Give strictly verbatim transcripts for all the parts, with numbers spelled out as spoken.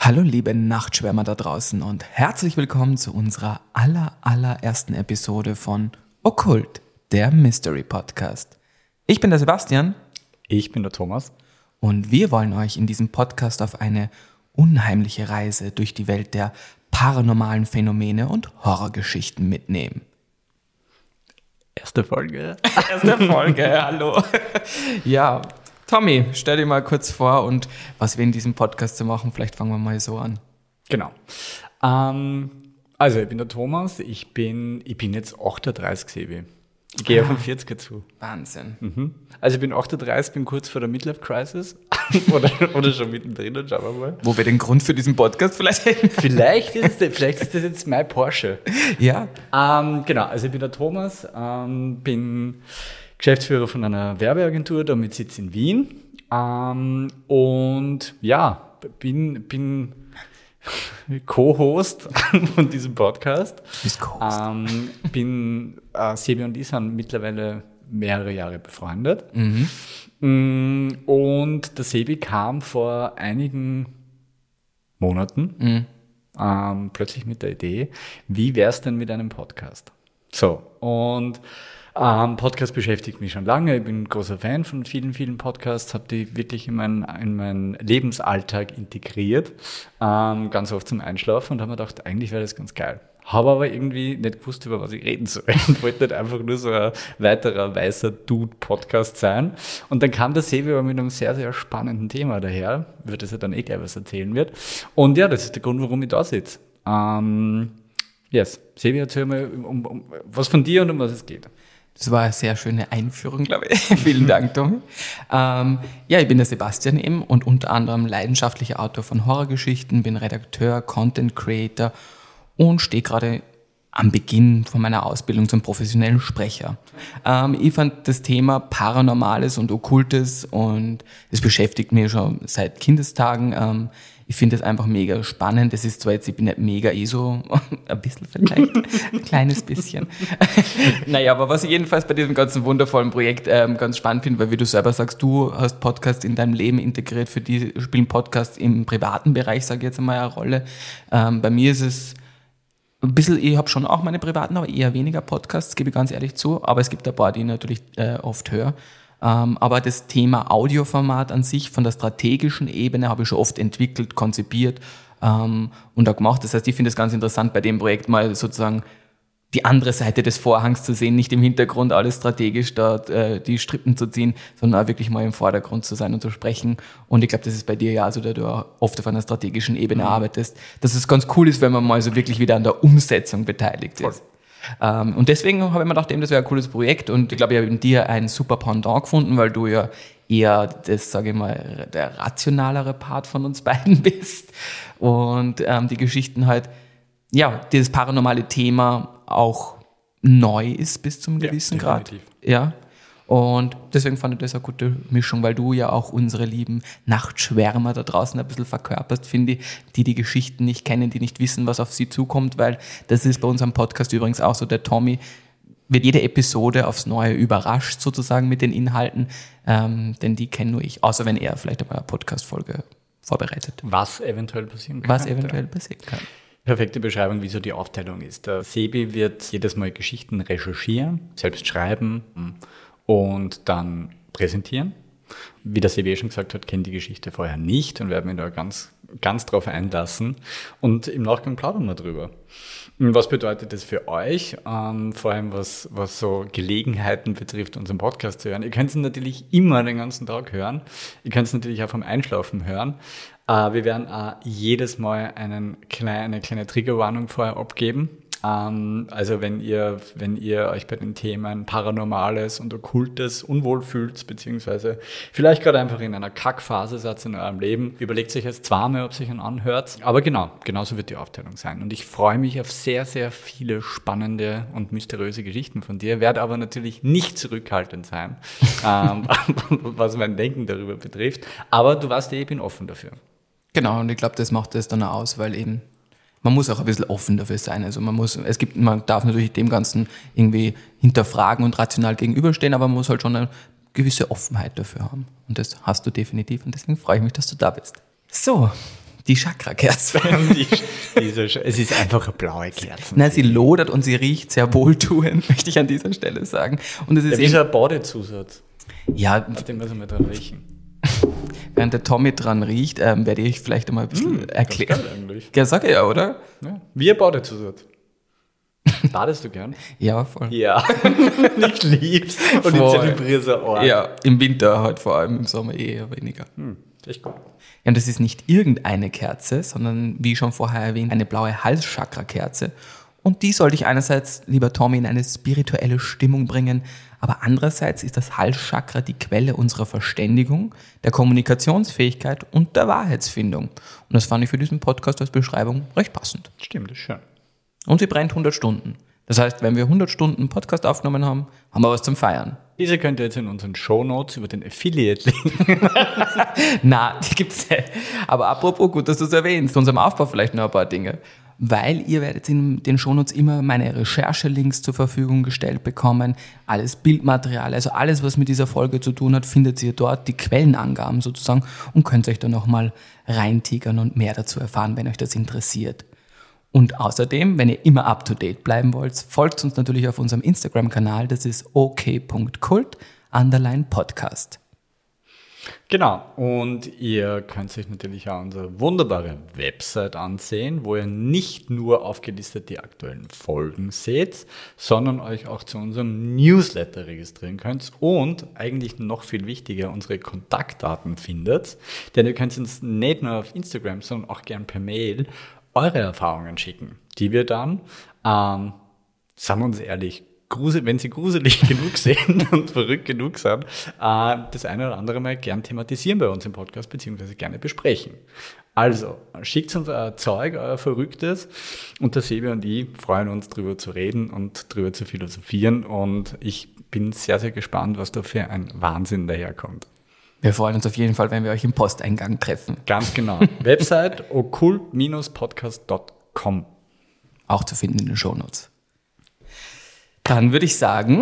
Hallo liebe Nachtschwärmer da draußen und herzlich willkommen zu unserer aller, allerersten Episode von Okkult, der Mystery Podcast. Ich bin der Sebastian. Ich bin der Thomas. Und wir wollen euch in diesem Podcast auf eine unheimliche Reise durch die Welt der paranormalen Phänomene und Horrorgeschichten mitnehmen. Erste Folge. Erste Folge, hallo. Ja, Tommy, stell dir mal kurz vor und was wir in diesem Podcast zu machen. Vielleicht fangen wir mal so an. Genau. Ähm, also ich bin der Thomas, ich bin, ich bin jetzt achtunddreißig, Sebi. Ich gehe ah, auf den vierziger zu. Wahnsinn. Mhm. Also ich bin achtunddreißig, bin kurz vor der Midlife-Crisis oder, oder schon mittendrin, und schauen wir mal. Wo wir den Grund für diesen Podcast vielleicht hätten. Vielleicht ist, es, vielleicht ist das jetzt mein Porsche. Ja. Ähm, genau, also ich bin der Thomas, ähm, bin Geschäftsführer von einer Werbeagentur, da mit Sitz in Wien. Ähm, und ja, bin, bin Co-Host von diesem Podcast. Du bist Co-Host. Ähm, bin, äh, Sebi und ich sind mittlerweile mehrere Jahre befreundet. Mhm. Und der Sebi kam vor einigen Monaten Mhm. ähm, plötzlich mit der Idee, wie wäre es denn mit einem Podcast? So, und Ähm, Podcast beschäftigt mich schon lange. Ich bin ein großer Fan von vielen, vielen Podcasts, habe die wirklich in meinen in meinen Lebensalltag integriert, ähm, ganz oft zum Einschlafen, und habe mir gedacht, eigentlich wäre das ganz geil. Habe aber irgendwie nicht gewusst, über was ich reden soll und wollte nicht einfach nur so ein weiterer weißer Dude-Podcast sein. Und dann kam der Sebi aber mit einem sehr, sehr spannenden Thema daher, über das er dann eh gleich was erzählen wird. Und ja, das ist der Grund, warum ich da sitze. Ähm, yes, Sebi, erzähl mal um, um, was von dir und um was es geht. Das war eine sehr schöne Einführung, glaube ich. Vielen Dank, Tommy. Ähm, ja, ich bin der Sebastian eben und unter anderem leidenschaftlicher Autor von Horrorgeschichten, bin Redakteur, Content Creator und stehe gerade am Beginn von meiner Ausbildung zum professionellen Sprecher. Ähm, ich fand das Thema Paranormales und Okkultes und es beschäftigt mich schon seit Kindestagen. Ähm, ich finde es einfach mega spannend. Es ist zwar jetzt, ich bin nicht mega eh so, ein bisschen vielleicht, ein kleines bisschen. Naja, aber was ich jedenfalls bei diesem ganzen wundervollen Projekt ähm, ganz spannend finde, weil wie du selber sagst, du hast Podcasts in deinem Leben integriert, für die spielen Podcasts im privaten Bereich, sage ich jetzt einmal, eine Rolle. Ähm, bei mir ist es ein bisschen, ich habe schon auch meine privaten, aber eher weniger Podcasts, gebe ich ganz ehrlich zu. Aber es gibt ein paar, die ich natürlich äh, oft höre. Ähm, aber das Thema Audioformat an sich von der strategischen Ebene habe ich schon oft entwickelt, konzipiert ähm, und auch gemacht. Das heißt, ich finde es ganz interessant, bei dem Projekt mal sozusagen die andere Seite des Vorhangs zu sehen, nicht im Hintergrund alles strategisch da äh, die Strippen zu ziehen, sondern auch wirklich mal im Vordergrund zu sein und zu sprechen. Und ich glaube, das ist bei dir ja, also da du auch oft auf einer strategischen Ebene mhm. arbeitest, dass es ganz cool ist, wenn man mal so wirklich wieder an der Umsetzung beteiligt Voll. ist. Ähm, und deswegen habe ich mir gedacht, das wäre ein cooles Projekt, und ich glaube, ich habe in dir ein super Pendant gefunden, weil du ja eher das, sage ich mal, der rationalere Part von uns beiden bist und ähm, die Geschichten halt, ja, dieses paranormale Thema auch neu ist bis zum gewissen ja, Grad. Ja. Und deswegen fand ich das eine gute Mischung, weil du ja auch unsere lieben Nachtschwärmer da draußen ein bisschen verkörperst, finde ich, die die Geschichten nicht kennen, die nicht wissen, was auf sie zukommt, weil das ist bei unserem Podcast übrigens auch so, der Tommy wird jede Episode aufs Neue überrascht sozusagen mit den Inhalten, ähm, denn die kenne nur ich, außer wenn er vielleicht einmal eine Podcast-Folge vorbereitet. Was eventuell passieren kann. Was eventuell passieren kann. Perfekte Beschreibung, wie so die Aufteilung ist. Der Sebi wird jedes Mal Geschichten recherchieren, selbst schreiben und dann präsentieren. Wie der Sebi schon gesagt hat, kennt die Geschichte vorher nicht und werden wir da ganz, ganz drauf einlassen. Und im Nachgang plaudern wir drüber. Was bedeutet das für euch? Ähm, vor allem was, was so Gelegenheiten betrifft, unseren Podcast zu hören. Ihr könnt es natürlich immer den ganzen Tag hören. Ihr könnt es natürlich auch vom Einschlafen hören. Äh, wir werden äh, jedes Mal einen kleine, eine kleine Triggerwarnung vorher abgeben. Ähm, also wenn ihr, wenn ihr euch bei den Themen Paranormales und Okkultes unwohl fühlt, beziehungsweise vielleicht gerade einfach in einer Kackphase seid in eurem Leben, überlegt euch jetzt zweimal, ob sich einen anhört. Aber genau, genauso wird die Aufteilung sein. Und ich freue mich auf sehr, sehr viele spannende und mysteriöse Geschichten von dir, werde aber natürlich nicht zurückhaltend sein, ähm, was mein Denken darüber betrifft. Aber du weißt ja, ich bin offen dafür. Genau, und ich glaube, das macht das dann auch aus, weil eben man muss auch ein bisschen offen dafür sein. Also man muss, es gibt, man darf natürlich dem Ganzen irgendwie hinterfragen und rational gegenüberstehen, aber man muss halt schon eine gewisse Offenheit dafür haben. Und das hast du definitiv, und deswegen freue ich mich, dass du da bist. So, Die Chakra-Kerze. Die, diese, es ist einfach eine blaue Kerze. Nein, sie lodert und sie riecht sehr wohltuend, möchte ich an dieser Stelle sagen. Und es ist ja, wie so ein Badezusatz. Ja, auf den müssen wir dran riechen. Während der Tommy dran riecht, ähm, werde ich vielleicht einmal ein bisschen hm, erklären. Ja, sag ich ja, oder? Ja, wie ein Badezusatz. Badest du gern? Ja, voll. Ja, ich lieb's. Und ich zelebriere so arg. Ja, im Winter halt vor allem, im Sommer eher weniger. Hm, echt gut. Ja, und das ist nicht irgendeine Kerze, sondern wie schon vorher erwähnt, eine blaue Halschakra-Kerze. Und die soll dich einerseits, lieber Tommy, in eine spirituelle Stimmung bringen, aber andererseits ist das Halschakra die Quelle unserer Verständigung, der Kommunikationsfähigkeit und der Wahrheitsfindung. Und das fand ich für diesen Podcast als Beschreibung recht passend. Stimmt, das ist schön. Und sie brennt hundert Stunden. Das heißt, wenn wir hundert Stunden Podcast aufgenommen haben, haben wir was zum Feiern. Diese könnt ihr jetzt in unseren Shownotes über den Affiliate-Link. Na, die gibt's nicht. Aber apropos, gut, dass du es erwähnst, zu unserem Aufbau vielleicht noch ein paar Dinge. Weil ihr werdet in den Shownotes immer meine Recherche-Links zur Verfügung gestellt bekommen, alles Bildmaterial, also alles, was mit dieser Folge zu tun hat, findet ihr dort, die Quellenangaben sozusagen, und könnt euch dann nochmal reintigern und mehr dazu erfahren, wenn euch das interessiert. Und außerdem, wenn ihr immer up-to-date bleiben wollt, folgt uns natürlich auf unserem Instagram-Kanal, das ist ok punkt kult underline podcast. Genau, und ihr könnt euch natürlich auch unsere wunderbare Website ansehen, wo ihr nicht nur aufgelistet die aktuellen Folgen seht, sondern euch auch zu unserem Newsletter registrieren könnt und eigentlich noch viel wichtiger unsere Kontaktdaten findet, denn ihr könnt uns nicht nur auf Instagram, sondern auch gern per Mail eure Erfahrungen schicken, die wir dann, ähm, sagen wir uns ehrlich, grusel, wenn sie gruselig genug sind und verrückt genug sind, äh, das eine oder andere mal gern thematisieren bei uns im Podcast, beziehungsweise gerne besprechen. Also, schickt uns euer Zeug, euer Verrücktes, und der Sebi und ich freuen uns, drüber zu reden und drüber zu philosophieren, und ich bin sehr, sehr gespannt, was da für ein Wahnsinn daherkommt. Wir freuen uns auf jeden Fall, wenn wir euch im Posteingang treffen. Ganz genau. Website okkult podcast punkt com. Auch zu finden in den Shownotes. Dann würde ich sagen,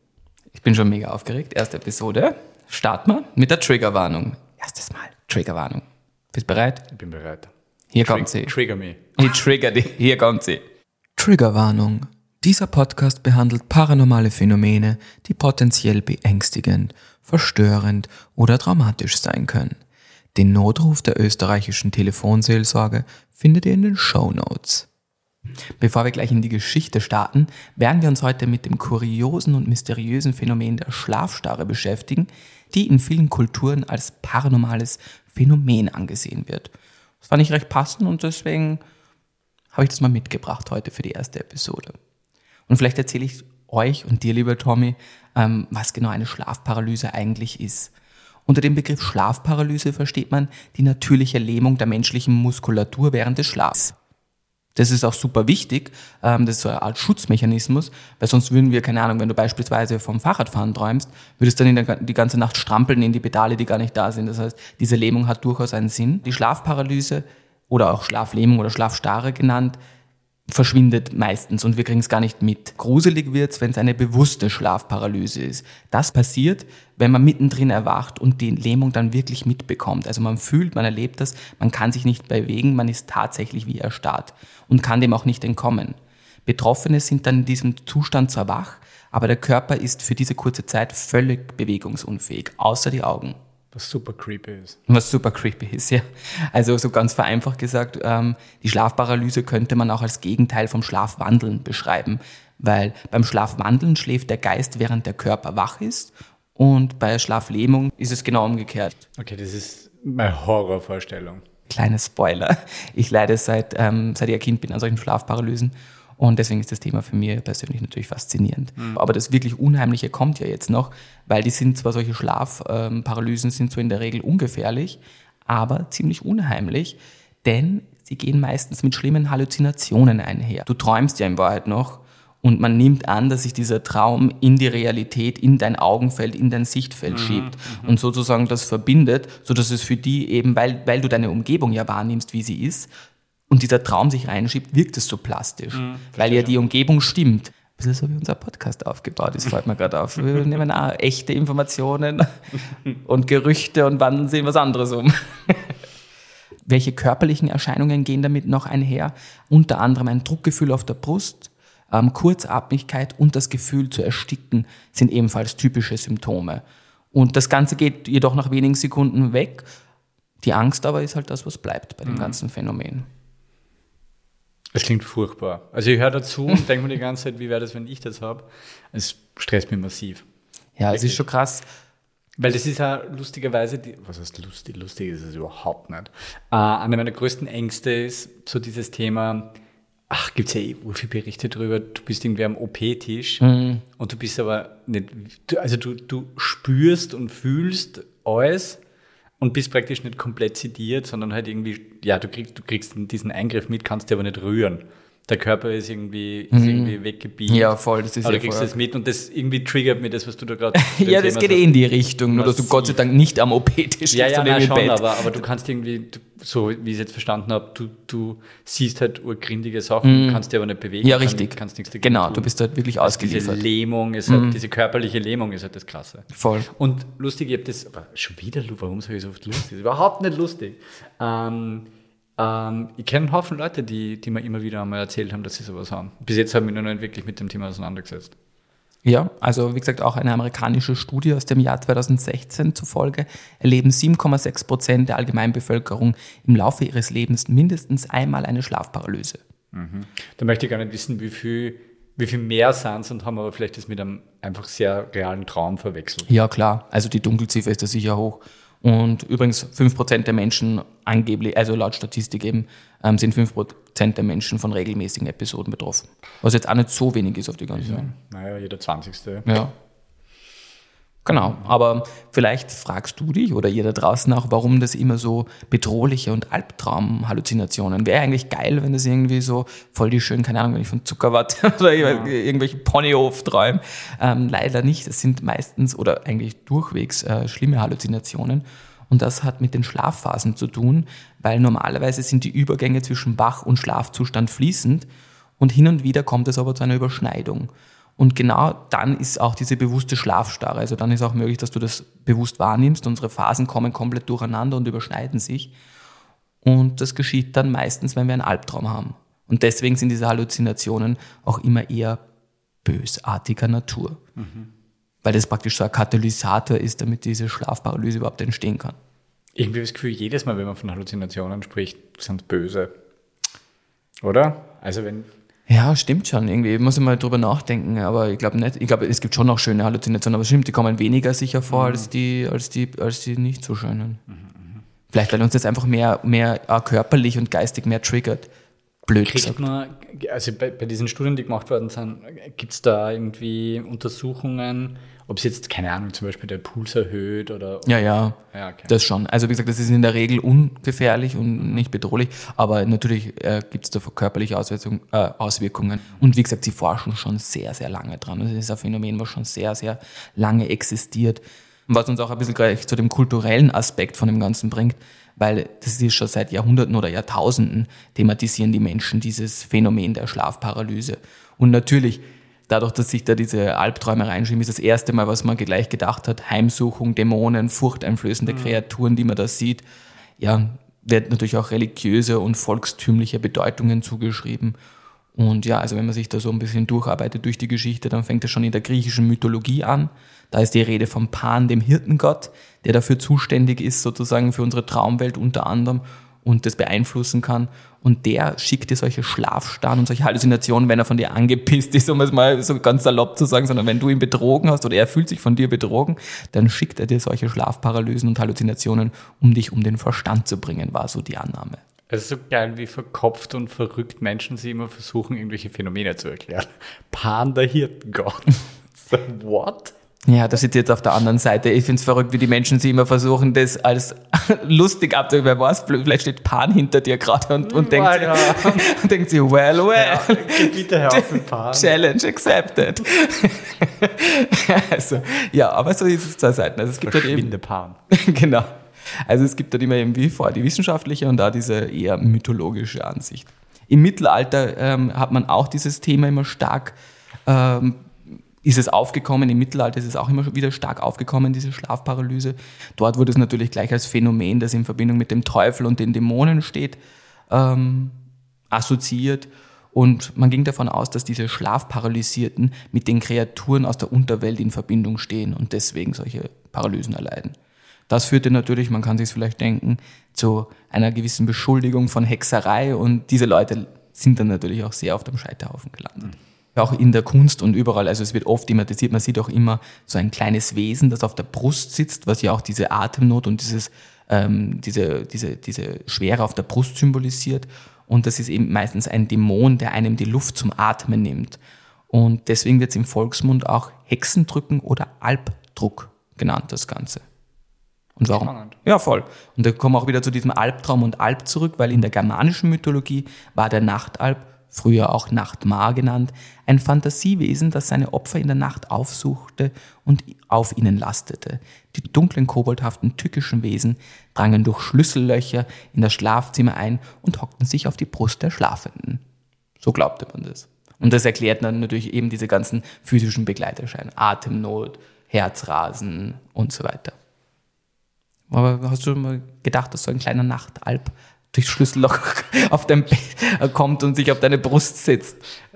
ich bin schon mega aufgeregt, erste Episode. Starten wir mit der Triggerwarnung. Erstes Mal, Triggerwarnung. Bist du bereit? Ich bin bereit. Hier Trig- kommt sie. Trigger me. Ich trigger dich. Hier kommt sie. Triggerwarnung. Dieser Podcast behandelt paranormale Phänomene, die potenziell beängstigend, verstörend oder traumatisch sein können. Den Notruf der österreichischen Telefonseelsorge findet ihr in den Shownotes. Bevor wir gleich in die Geschichte starten, werden wir uns heute mit dem kuriosen und mysteriösen Phänomen der Schlafstarre beschäftigen, die in vielen Kulturen als paranormales Phänomen angesehen wird. Das fand ich recht passend und deswegen habe ich das mal mitgebracht heute für die erste Episode. Und vielleicht erzähle ich euch und dir, lieber Tommy, ähm, was genau eine Schlafparalyse eigentlich ist. Unter dem Begriff Schlafparalyse versteht man die natürliche Lähmung der menschlichen Muskulatur während des Schlafs. Das ist auch super wichtig, ähm, das ist so eine Art Schutzmechanismus, weil sonst würden wir, keine Ahnung, wenn du beispielsweise vom Fahrradfahren träumst, würdest du dann in der, die ganze Nacht strampeln in die Pedale, die gar nicht da sind. Das heißt, diese Lähmung hat durchaus einen Sinn. Die Schlafparalyse oder auch Schlaflähmung oder Schlafstarre genannt, verschwindet meistens und wir kriegen es gar nicht mit. Gruselig wird es, wenn es eine bewusste Schlafparalyse ist. Das passiert, wenn man mittendrin erwacht und die Lähmung dann wirklich mitbekommt. Also man fühlt, man erlebt das, man kann sich nicht bewegen, man ist tatsächlich wie erstarrt und kann dem auch nicht entkommen. Betroffene sind dann in diesem Zustand zwar wach, aber der Körper ist für diese kurze Zeit völlig bewegungsunfähig, außer die Augen. Was super creepy ist. Was super creepy ist, ja. Also so ganz vereinfacht gesagt, ähm, die Schlafparalyse könnte man auch als Gegenteil vom Schlafwandeln beschreiben, weil beim Schlafwandeln schläft der Geist, während der Körper wach ist, und bei Schlaflähmung ist es genau umgekehrt. Okay, das ist meine Horrorvorstellung. Kleiner Spoiler. Ich leide seit, ähm, seit ich ein Kind bin an solchen Schlafparalysen. Und deswegen ist das Thema für mich persönlich natürlich faszinierend. Mhm. Aber das wirklich Unheimliche kommt ja jetzt noch, weil die sind zwar solche Schlafparalysen sind so in der Regel ungefährlich, aber ziemlich unheimlich, denn sie gehen meistens mit schlimmen Halluzinationen einher. Du träumst ja in Wahrheit noch und man nimmt an, dass sich dieser Traum in die Realität, in dein Augenfeld, in dein Sichtfeld mhm. schiebt mhm. und sozusagen das verbindet, sodass es für die eben, weil, weil du deine Umgebung ja wahrnimmst, wie sie ist, und dieser Traum sich reinschiebt, wirkt es so plastisch, mhm, weil ja die Umgebung stimmt. Ein bisschen so wie unser Podcast aufgebaut ist, fällt mir gerade auf. Wir nehmen auch echte Informationen und Gerüchte und wandeln sie in was anderes um. welche körperlichen Erscheinungen gehen damit noch einher? Unter anderem ein Druckgefühl auf der Brust, ähm, Kurzatmigkeit und das Gefühl zu ersticken sind ebenfalls typische Symptome. Und das Ganze geht jedoch nach wenigen Sekunden weg. Die Angst aber ist halt das, was bleibt bei dem mhm. ganzen Phänomen. Es klingt furchtbar. Also ich höre dazu und denke mir die ganze Zeit, wie wäre das, wenn ich das habe? Es stresst mich massiv. Ja, es ist schon krass. Weil das ist ja lustigerweise, die, was heißt lustig? Lustig ist es überhaupt nicht. Äh, eine meiner größten Ängste ist so dieses Thema, ach, gibt es ja eh viele Berichte drüber, du bist irgendwie am O P-Tisch mhm. und du bist aber nicht, also du, du spürst und fühlst alles und bist praktisch nicht komplett sediert, sondern halt irgendwie, ja, du kriegst, du kriegst diesen Eingriff mit, kannst dir aber nicht rühren. Der Körper ist irgendwie, ist mhm. irgendwie weggebiegt. Ja, voll, das ist aber ja du kriegst voll. das mit und das irgendwie triggert mir das, was du da gerade... Ja, das geht eh in die Richtung, nur dass du Gott sei Dank nicht am O P-Tisch ja, stehst, ja, sondern nein, im schon, Bett. Aber, aber du kannst irgendwie, so wie ich es jetzt verstanden habe, du, du siehst halt urgründige Sachen, mm. kannst dich aber nicht bewegen. Ja, richtig. Kann, kannst nichts dagegen genau, tun. du bist halt wirklich also ausgeliefert. Diese Lähmung ist halt, mm. diese körperliche Lähmung ist halt das Krasse. Voll. Und lustig, ich habe das, aber schon wieder, warum sage ich so oft lustig? Das ist überhaupt nicht lustig. Ähm, ähm, ich kenne einen Haufen Leute, die, die mir immer wieder einmal erzählt haben, dass sie sowas haben. Bis jetzt habe ich mich noch nicht wirklich mit dem Thema auseinandergesetzt. Ja, also wie gesagt, auch eine amerikanische Studie aus dem Jahr zweitausendsechzehn zufolge erleben sieben Komma sechs Prozent der Allgemeinbevölkerung im Laufe ihres Lebens mindestens einmal eine Schlafparalyse. Mhm. Da möchte ich gar nicht wissen, wie viel, wie viel mehr sind es und haben aber vielleicht das mit einem einfach sehr realen Traum verwechselt. Ja, klar. Also die Dunkelziffer ist da sicher hoch. Und übrigens fünf Prozent der Menschen angeblich, also laut Statistik eben, ähm, sind fünf Prozent der Menschen von regelmäßigen Episoden betroffen. Was jetzt auch nicht so wenig ist auf die ganze Welt. Naja, jeder Zwanzigste. Ja. Genau, aber vielleicht fragst du dich oder ihr da draußen auch, warum das immer so bedrohliche und Albtraum-Halluzinationen. Wäre eigentlich geil, wenn das irgendwie so voll die schönen, keine Ahnung, wenn ich von Zuckerwatte oder ja. irgendwelche Ponyhof träume. Ähm, leider nicht, das sind meistens oder eigentlich durchwegs äh, schlimme Halluzinationen. Und das hat mit den Schlafphasen zu tun, weil normalerweise sind die Übergänge zwischen Wach- und Schlafzustand fließend und hin und wieder kommt es aber zu einer Überschneidung. Und genau dann ist auch diese bewusste Schlafstarre. Also dann ist auch möglich, dass du das bewusst wahrnimmst. Unsere Phasen kommen komplett durcheinander und überschneiden sich. Und das geschieht dann meistens, wenn wir einen Albtraum haben. Und deswegen sind diese Halluzinationen auch immer eher bösartiger Natur. Mhm. Weil das praktisch so ein Katalysator ist, damit diese Schlafparalyse überhaupt entstehen kann. Irgendwie habe ich das Gefühl, jedes Mal, wenn man von Halluzinationen spricht, sind böse. Oder? Also wenn... Ja, stimmt schon. Irgendwie muss ich mal drüber nachdenken, aber ich glaube nicht. Ich glaube, es gibt schon noch schöne Halluzinationen, aber stimmt, die kommen weniger sicher vor mhm. als, die, als, die, als die nicht so schönen. Mhm. Vielleicht, weil uns das einfach mehr, mehr körperlich und geistig mehr triggert. Blöd Kriegt gesagt. Man, also bei, bei diesen Studien, die gemacht worden sind, gibt es da irgendwie Untersuchungen, ob es jetzt, keine Ahnung, zum Beispiel der Puls erhöht oder... Ja, ja, ja okay. Das schon. Also wie gesagt, das ist in der Regel ungefährlich und nicht bedrohlich, aber natürlich äh, gibt es da körperliche Auswirkungen, äh, Auswirkungen. Und wie gesagt, sie forschen schon sehr, sehr lange dran. Das ist ein Phänomen, was schon sehr, sehr lange existiert. Was uns auch ein bisschen gleich zu dem kulturellen Aspekt von dem Ganzen bringt, weil das ist schon seit Jahrhunderten oder Jahrtausenden thematisieren die Menschen dieses Phänomen der Schlafparalyse. Und natürlich, dadurch, dass sich da diese Albträume reinschieben, ist das erste Mal, was man gleich gedacht hat, Heimsuchung, Dämonen, furchteinflößende mhm. Kreaturen, die man da sieht, ja, wird natürlich auch religiöse und volkstümliche Bedeutungen zugeschrieben. Und ja, also wenn man sich da so ein bisschen durcharbeitet durch die Geschichte, dann fängt es schon in der griechischen Mythologie an. Da ist die Rede vom Pan, dem Hirtengott, der dafür zuständig ist, sozusagen für unsere Traumwelt unter anderem und das beeinflussen kann. Und der schickt dir solche Schlafstarren und solche Halluzinationen, wenn er von dir angepisst ist, um es mal so ganz salopp zu sagen, sondern wenn du ihn betrogen hast oder er fühlt sich von dir betrogen, dann schickt er dir solche Schlafparalysen und Halluzinationen, um dich um den Verstand zu bringen, war so die Annahme. Es ist so geil, wie verkopft und verrückt Menschen sie immer versuchen, irgendwelche Phänomene zu erklären. Pan, der Hirtengott. So, what? Ja, das ist jetzt auf der anderen Seite. Ich finde es verrückt, wie die Menschen sie immer versuchen, das als lustig abzuhören. Wer weiß, vielleicht steht Pan hinter dir gerade und, und, denkt ja. und denkt sich, well, well. Ja, bitte hör auf mit Pan. Challenge accepted. Also, ja, aber so ist es zwei Seiten. Also es gibt halt eben, Pan. Genau. Also es gibt halt immer eben wie vor die wissenschaftliche und da diese eher mythologische Ansicht. Im Mittelalter ähm, hat man auch dieses Thema immer stark ähm, ist es aufgekommen, im Mittelalter ist es auch immer wieder stark aufgekommen, diese Schlafparalyse. Dort wurde es natürlich gleich als Phänomen, das in Verbindung mit dem Teufel und den Dämonen steht, ähm, assoziiert. Und man ging davon aus, dass diese Schlafparalysierten mit den Kreaturen aus der Unterwelt in Verbindung stehen und deswegen solche Paralysen erleiden. Das führte natürlich, man kann sich es vielleicht denken, zu einer gewissen Beschuldigung von Hexerei und diese Leute sind dann natürlich auch sehr auf dem Scheiterhaufen gelandet. Mhm. Auch in der Kunst und überall, also es wird oft thematisiert, man sieht auch immer so ein kleines Wesen, das auf der Brust sitzt, was ja auch diese Atemnot und dieses, ähm, diese, diese, diese Schwere auf der Brust symbolisiert. Und das ist eben meistens ein Dämon, der einem die Luft zum Atmen nimmt. Und deswegen wird es im Volksmund auch Hexendrücken oder Albdruck genannt, das Ganze. Und warum? Spannend. Ja, voll. Und da kommen wir auch wieder zu diesem Albtraum und Alb zurück, weil in der germanischen Mythologie war der Nachtalb, früher auch Nachtmar genannt, ein Fantasiewesen, das seine Opfer in der Nacht aufsuchte und auf ihnen lastete. Die dunklen, koboldhaften, tückischen Wesen drangen durch Schlüssellöcher in das Schlafzimmer ein und hockten sich auf die Brust der Schlafenden. So glaubte man das. Und das erklärt dann natürlich eben diese ganzen physischen Begleiterscheinungen. Atemnot, Herzrasen und so weiter. Aber hast du mal gedacht, dass so ein kleiner Nachtalb durchs Schlüsselloch auf dein Bett kommt und sich auf deine Brust setzt?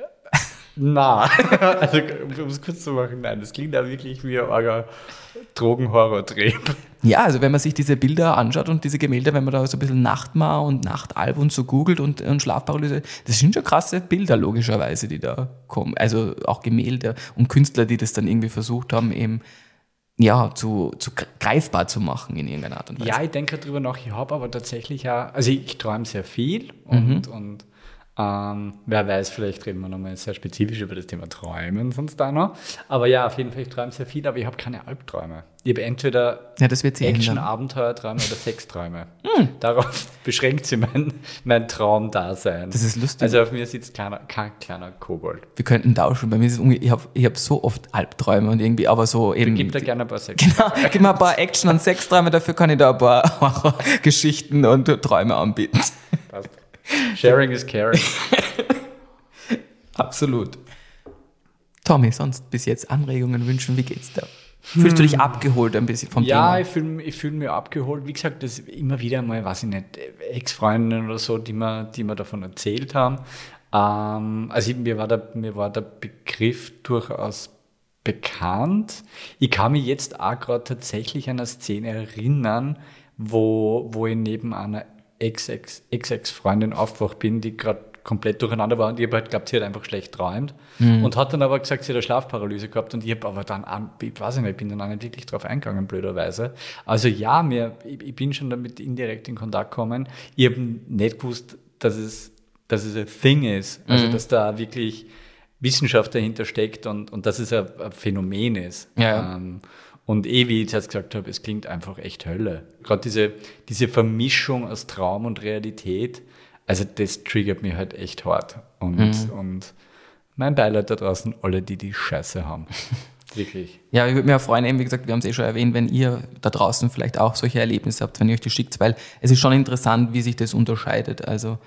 Na, also um es kurz zu machen, nein, das klingt da wirklich wie ein arger Drogenhorror-Trip. Ja, also wenn man sich diese Bilder anschaut und diese Gemälde, wenn man da so ein bisschen Nachtmar und Nachtalb und so googelt und, und Schlafparalyse, das sind schon krasse Bilder logischerweise, die da kommen. Also auch Gemälde und Künstler, die das dann irgendwie versucht haben, eben ja, zu, zu greifbar zu machen in irgendeiner Art und Weise. Ja, ich denke darüber nach, ich habe aber tatsächlich auch, also ich, ich träume sehr viel und, mhm. und ähm, wer weiß, vielleicht reden wir nochmal sehr spezifisch über das Thema Träumen sonst da noch. Aber ja, auf jeden Fall, ich träume sehr viel, aber ich habe keine Albträume. Ich habe entweder ja, Action-Abenteuerträume oder Sexträume. Mhm. Darauf beschränkt sich mein, mein Traumdasein. Das ist lustig. Also auf mir sitzt kleiner, kein kleiner Kobold. Wir könnten tauschen. Bei mir ist es umge- ich habe ich hab so oft Albträume und irgendwie, aber so eben. Gib da gerne ein paar Sexträume. Genau, gib mir ein paar Action- und Sexträume, dafür kann ich da ein paar Geschichten und Träume anbieten. Passt. Sharing is caring. Absolut. Tommy, sonst bis jetzt Anregungen wünschen, wie geht's da? Fühlst du dich abgeholt ein bisschen vom ja, Thema? Ja, ich fühle ich fühl mich abgeholt. Wie gesagt, das immer wieder mal, weiß ich nicht, Ex-Freundinnen oder so, die mir, die mir davon erzählt haben. Ähm, also mir war, der, mir war der Begriff durchaus bekannt. Ich kann mich jetzt auch gerade tatsächlich an eine Szene erinnern, wo, wo ich neben einer Ex-Ex-Ex-Freundin aufgewacht bin, die gerade komplett durcheinander war und ich habe halt geglaubt, sie hat einfach schlecht träumt mhm. und hat dann aber gesagt, sie hat eine Schlafparalyse gehabt und ich habe aber dann, ich weiß nicht, ich bin dann auch nicht wirklich drauf eingegangen, blöderweise. Also ja, mir, ich, ich bin schon damit indirekt in Kontakt gekommen. Ich habe nicht gewusst, dass es, dass es ein Thing ist, also mhm. dass da wirklich Wissenschaft dahinter steckt und, und dass es ein, ein Phänomen ist. Ja. Ähm, Und eh, wie ich jetzt gesagt habe, es klingt einfach echt Hölle. Gerade diese, diese Vermischung aus Traum und Realität, also das triggert mich halt echt hart. Und, mhm. und mein Beileid da draußen, alle, die die Scheiße haben. Wirklich. Ja, ich würde mich auch freuen, eben, wie gesagt, wir haben es eh schon erwähnt, wenn ihr da draußen vielleicht auch solche Erlebnisse habt, wenn ihr euch die schickt, weil es ist schon interessant, wie sich das unterscheidet. Also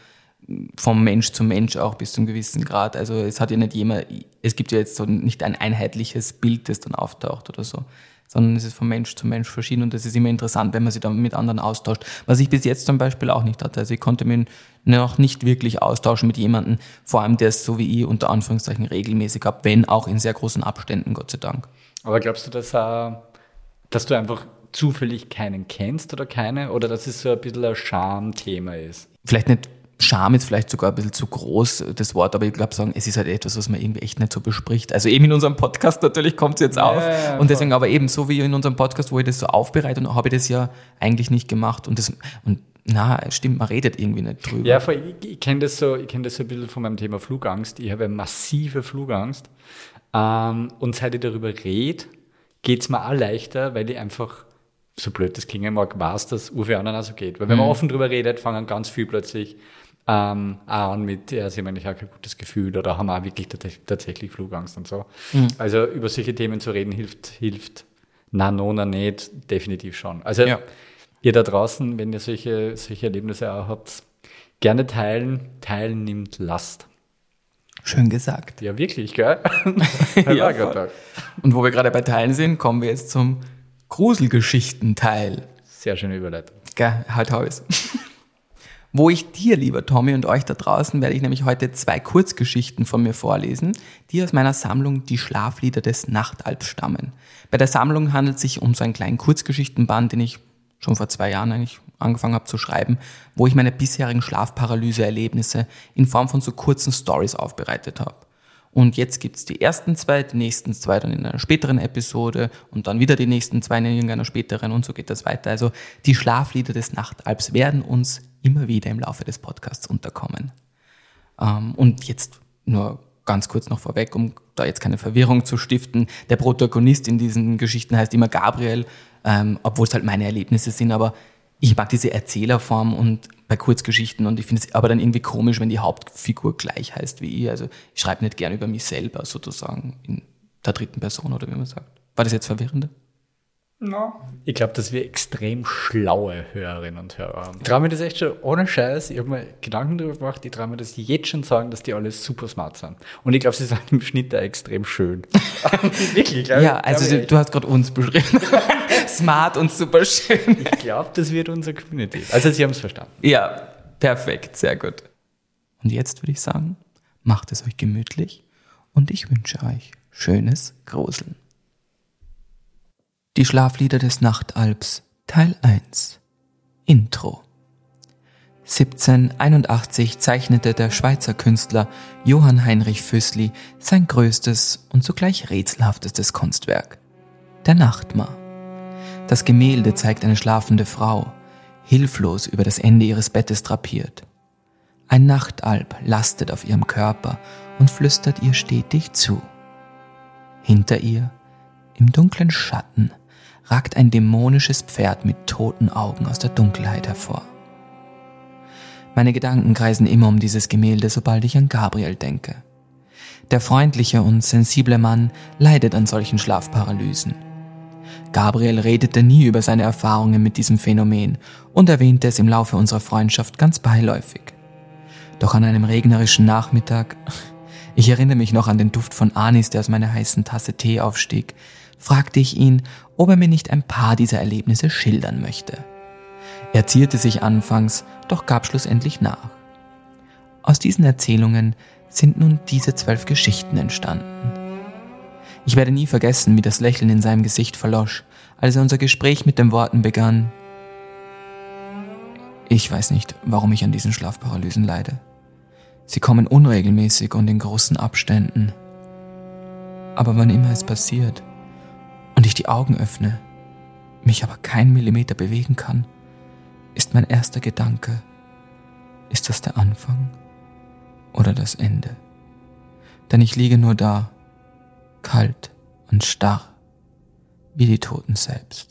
vom Mensch zu Mensch auch bis zu einem gewissen Grad. Also es hat ja nicht jemand, es gibt ja jetzt so nicht ein einheitliches Bild, das dann auftaucht oder so, sondern es ist von Mensch zu Mensch verschieden und das ist immer interessant, wenn man sich dann mit anderen austauscht. Was ich bis jetzt zum Beispiel auch nicht hatte. Also ich konnte mich noch nicht wirklich austauschen mit jemandem, vor allem der es so wie ich unter Anführungszeichen regelmäßig habe, wenn auch in sehr großen Abständen, Gott sei Dank. Aber glaubst du, dass, äh, dass du einfach zufällig keinen kennst oder keine? Oder dass es so ein bisschen ein Schamthema ist? Vielleicht nicht Scham ist vielleicht sogar ein bisschen zu groß, das Wort, aber ich glaube sagen, es ist halt etwas, was man irgendwie echt nicht so bespricht. Also eben in unserem Podcast natürlich kommt es jetzt ja, auf. Ja, und deswegen aber eben so wie in unserem Podcast, wo ich das so aufbereite, und habe ich das ja eigentlich nicht gemacht. Und das, und na, stimmt, man redet irgendwie nicht drüber. Ja, ich, ich kenne das so, ich kenne das so ein bisschen von meinem Thema Flugangst. Ich habe eine massive Flugangst. Ähm, und seit ich darüber rede, geht es mir auch leichter, weil ich einfach, so blöd das klingen mag, weiß, dass es für anderen auch so geht. Weil wenn man mhm. offen drüber redet, fangen ganz viel plötzlich Ähm, auch an mit, ja, sie haben eigentlich auch kein gutes Gefühl oder haben auch wirklich tats- tatsächlich Flugangst und so. Mhm. Also über solche Themen zu reden hilft, hilft na, no, na, nicht, definitiv schon. Also ja. Ihr da draußen, wenn ihr solche, solche Erlebnisse auch habt, gerne teilen. Teilen nimmt Last. Schön gesagt. Ja, wirklich, gell? Ja, voll. Und wo wir gerade bei Teilen sind, kommen wir jetzt zum Gruselgeschichten-Teil. Sehr schöne Überleitung. Gell, halt habe ich's. Wo ich dir, lieber Tommy, und euch da draußen, werde ich nämlich heute zwei Kurzgeschichten von mir vorlesen, die aus meiner Sammlung Die Schlaflieder des Nachtalbs stammen. Bei der Sammlung handelt es sich um so einen kleinen Kurzgeschichtenband, den ich schon vor zwei Jahren eigentlich angefangen habe zu schreiben, wo ich meine bisherigen Schlafparalyse-Erlebnisse in Form von so kurzen Stories aufbereitet habe. Und jetzt gibt's die ersten zwei, die nächsten zwei dann in einer späteren Episode und dann wieder die nächsten zwei in irgendeiner späteren und so geht das weiter. Also die Schlaflieder des Nachtalbs werden uns immer wieder im Laufe des Podcasts unterkommen. Ähm, und jetzt nur ganz kurz noch vorweg, um da jetzt keine Verwirrung zu stiften. Der Protagonist in diesen Geschichten heißt immer Gabriel, ähm, obwohl es halt meine Erlebnisse sind, aber ich mag diese Erzählerform und bei Kurzgeschichten und ich finde es aber dann irgendwie komisch, wenn die Hauptfigur gleich heißt wie ich. Also ich schreibe nicht gern über mich selber sozusagen in der dritten Person oder wie man sagt. War das jetzt verwirrend? No. Ich glaube, dass wir extrem schlaue Hörerinnen und Hörer haben. Ich traue mir das echt schon ohne Scheiß. Ich habe mir Gedanken darüber gemacht, ich traue mir das jetzt schon sagen, dass die alle super smart sind. Und ich glaube, sie sind im Schnitt da extrem schön. Wirklich, glaube ich. Ja, also du, du hast gerade uns beschrieben. Smart und super schön. Ich glaube, das wird unsere Community. Also sie haben es verstanden. Ja, perfekt, sehr gut. Und jetzt würde ich sagen, macht es euch gemütlich und ich wünsche euch schönes Gruseln. Die Schlaflieder des Nachtalbs, Teil eins. Intro. siebzehnhunderteinundachtzig zeichnete der Schweizer Künstler Johann Heinrich Füssli sein größtes und zugleich rätselhaftestes Kunstwerk, der Nachtmar. Das Gemälde zeigt eine schlafende Frau, hilflos über das Ende ihres Bettes drapiert. Ein Nachtalb lastet auf ihrem Körper und flüstert ihr stetig zu. Hinter ihr, im dunklen Schatten, ragt ein dämonisches Pferd mit toten Augen aus der Dunkelheit hervor. Meine Gedanken kreisen immer um dieses Gemälde, sobald ich an Gabriel denke. Der freundliche und sensible Mann leidet an solchen Schlafparalysen. Gabriel redete nie über seine Erfahrungen mit diesem Phänomen und erwähnte es im Laufe unserer Freundschaft ganz beiläufig. Doch an einem regnerischen Nachmittag, ich erinnere mich noch an den Duft von Anis, der aus meiner heißen Tasse Tee aufstieg, fragte ich ihn, ob er mir nicht ein paar dieser Erlebnisse schildern möchte. Er zierte sich anfangs, doch gab schlussendlich nach. Aus diesen Erzählungen sind nun diese zwölf Geschichten entstanden. Ich werde nie vergessen, wie das Lächeln in seinem Gesicht verlosch, als er unser Gespräch mit den Worten begann: Ich weiß nicht, warum ich an diesen Schlafparalysen leide. Sie kommen unregelmäßig und in großen Abständen. Aber wann immer es passiert und ich die Augen öffne, mich aber keinen Millimeter bewegen kann, ist mein erster Gedanke: Ist das der Anfang oder das Ende? Denn ich liege nur da, kalt und starr, wie die Toten selbst.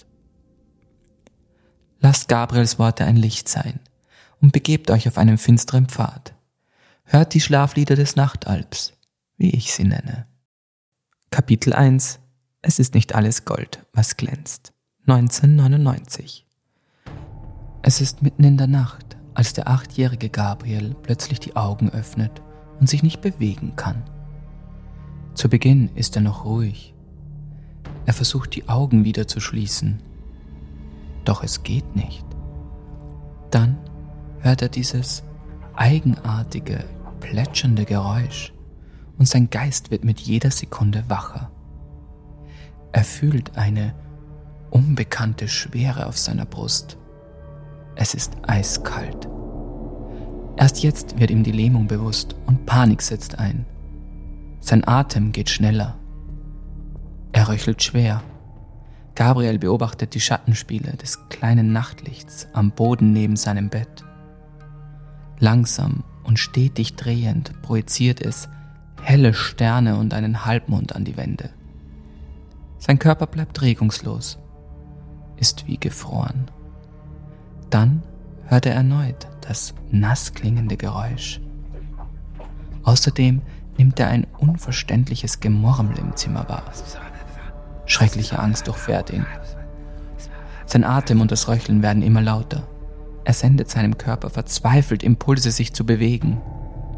Lasst Gabriels Worte ein Licht sein und begebt euch auf einen finsteren Pfad. Hört die Schlaflieder des Nachtalbs, wie ich sie nenne. Kapitel eins. Es ist nicht alles Gold, was glänzt. neunzehnhundertneunundneunzig. Es ist mitten in der Nacht, als der achtjährige Gabriel plötzlich die Augen öffnet und sich nicht bewegen kann. Zu Beginn ist er noch ruhig. Er versucht, die Augen wieder zu schließen. Doch es geht nicht. Dann hört er dieses eigenartige, plätschernde Geräusch und sein Geist wird mit jeder Sekunde wacher. Er fühlt eine unbekannte Schwere auf seiner Brust. Es ist eiskalt. Erst jetzt wird ihm die Lähmung bewusst und Panik setzt ein. Sein Atem geht schneller. Er röchelt schwer. Gabriel beobachtet die Schattenspiele des kleinen Nachtlichts am Boden neben seinem Bett. Langsam und stetig drehend projiziert es helle Sterne und einen Halbmond an die Wände. Sein Körper bleibt regungslos, ist wie gefroren. Dann hört er erneut das nass klingende Geräusch. Außerdem nimmt er ein unverständliches Gemurmel im Zimmer wahr. Schreckliche Angst durchfährt ihn. Sein Atem und das Röcheln werden immer lauter. Er sendet seinem Körper verzweifelt Impulse, sich zu bewegen.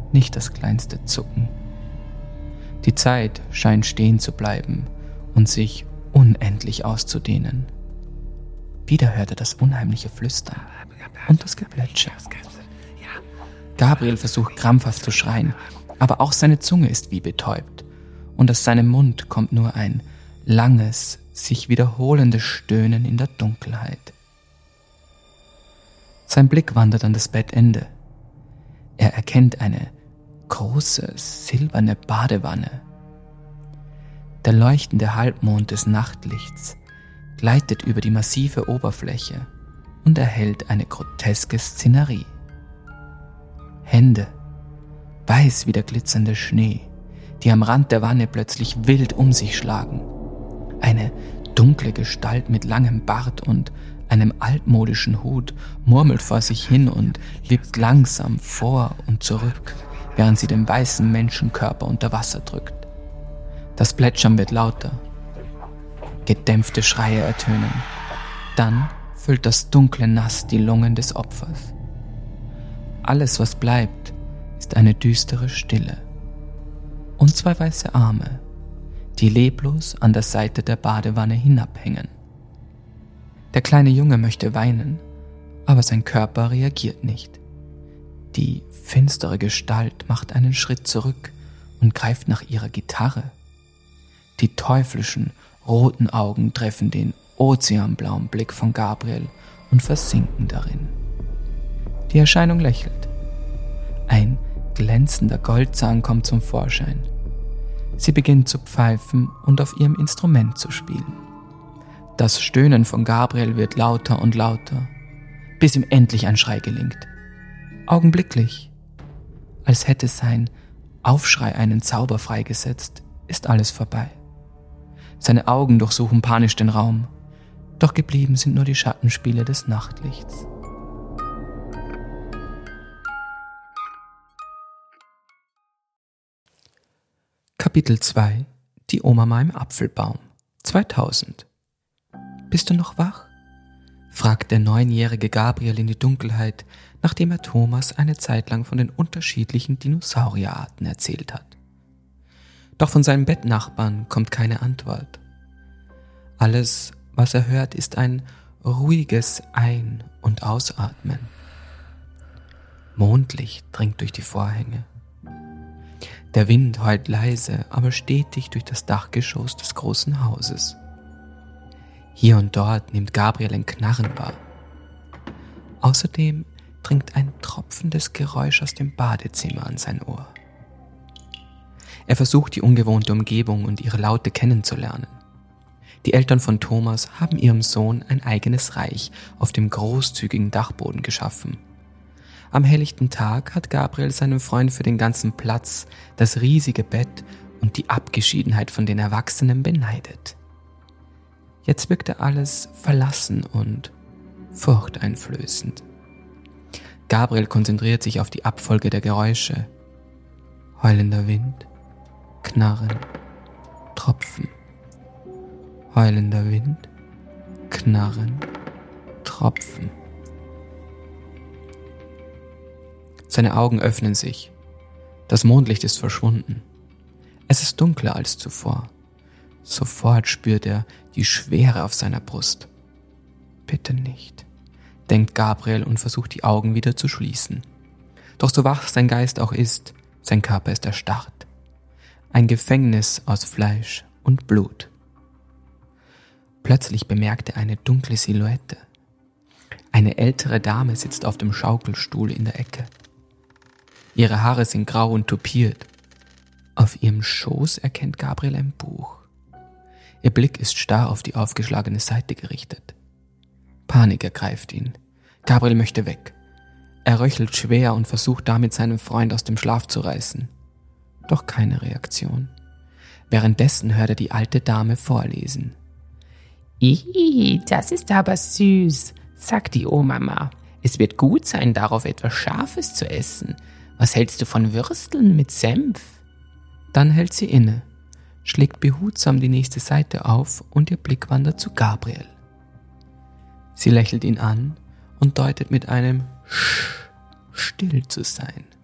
nicht das kleinste Zucken. Die Zeit scheint stehen zu bleiben und sich unendlich auszudehnen. Wieder hört er das unheimliche Flüstern und das Geplätscher. Gabriel versucht krampfhaft zu schreien, aber auch seine Zunge ist wie betäubt und aus seinem Mund kommt nur ein langes, sich wiederholendes Stöhnen in der Dunkelheit. Sein Blick wandert an das Bettende. Er erkennt eine große, silberne Badewanne. Der leuchtende Halbmond des Nachtlichts gleitet über die massive Oberfläche und erhellt eine groteske Szenerie. Hände, weiß wie der glitzernde Schnee, die am Rand der Wanne plötzlich wild um sich schlagen. Eine dunkle Gestalt mit langem Bart und einem altmodischen Hut murmelt vor sich hin und wippt langsam vor und zurück, während sie den weißen Menschenkörper unter Wasser drückt. Das Plätschern wird lauter. Gedämpfte Schreie ertönen. Dann füllt das dunkle Nass die Lungen des Opfers. Alles, was bleibt, ist eine düstere Stille. Und zwei weiße Arme, die leblos an der Seite der Badewanne hinabhängen. Der kleine Junge möchte weinen, aber sein Körper reagiert nicht. Die finstere Gestalt macht einen Schritt zurück und greift nach ihrer Gitarre. Die teuflischen, roten Augen treffen den ozeanblauen Blick von Gabriel und versinken darin. Die Erscheinung lächelt. Ein glänzender Goldzahn kommt zum Vorschein. Sie beginnt zu pfeifen und auf ihrem Instrument zu spielen. Das Stöhnen von Gabriel wird lauter und lauter, bis ihm endlich ein Schrei gelingt. Augenblicklich, als hätte sein Aufschrei einen Zauber freigesetzt, ist alles vorbei. Seine Augen durchsuchen panisch den Raum, doch geblieben sind nur die Schattenspiele des Nachtlichts. Kapitel zwei. Die Oma im Apfelbaum. zweitausend. Bist du noch wach? Fragt der neunjährige Gabriel in die Dunkelheit, nachdem er Thomas eine Zeit lang von den unterschiedlichen Dinosaurierarten erzählt hat. Doch von seinem Bettnachbarn kommt keine Antwort. Alles, was er hört, ist ein ruhiges Ein- und Ausatmen. Mondlicht dringt durch die Vorhänge. Der Wind heult leise, aber stetig durch das Dachgeschoss des großen Hauses. Hier und dort nimmt Gabriel ein Knarren wahr. Außerdem dringt ein tropfendes Geräusch aus dem Badezimmer an sein Ohr. Er versucht, die ungewohnte Umgebung und ihre Laute kennenzulernen. Die Eltern von Thomas haben ihrem Sohn ein eigenes Reich auf dem großzügigen Dachboden geschaffen. Am helllichten Tag hat Gabriel seinem Freund für den ganzen Platz, das riesige Bett und die Abgeschiedenheit von den Erwachsenen beneidet. Jetzt wirkt er alles verlassen und furchteinflößend. Gabriel konzentriert sich auf die Abfolge der Geräusche. Heulender Wind, Knarren, Tropfen. Heulender Wind, Knarren, Tropfen. Seine Augen öffnen sich. Das Mondlicht ist verschwunden. Es ist dunkler als zuvor. Sofort spürt er die Schwere auf seiner Brust. Bitte nicht, denkt Gabriel und versucht die Augen wieder zu schließen. Doch so wach sein Geist auch ist, sein Körper ist erstarrt. Ein Gefängnis aus Fleisch und Blut. Plötzlich bemerkt er eine dunkle Silhouette. Eine ältere Dame sitzt auf dem Schaukelstuhl in der Ecke. Ihre Haare sind grau und tupiert. Auf ihrem Schoß erkennt Gabriel ein Buch. Ihr Blick ist starr auf die aufgeschlagene Seite gerichtet. Panik ergreift ihn. Gabriel möchte weg. Er röchelt schwer und versucht damit seinen Freund aus dem Schlaf zu reißen. Doch keine Reaktion. Währenddessen hört er die alte Dame vorlesen. Ih, das ist aber süß, sagt die Oma. Es wird gut sein, darauf etwas Scharfes zu essen. Was hältst du von Würsteln mit Senf? Dann hält sie inne, schlägt behutsam die nächste Seite auf und ihr Blick wandert zu Gabriel. Sie lächelt ihn an und deutet mit einem Sch still zu sein.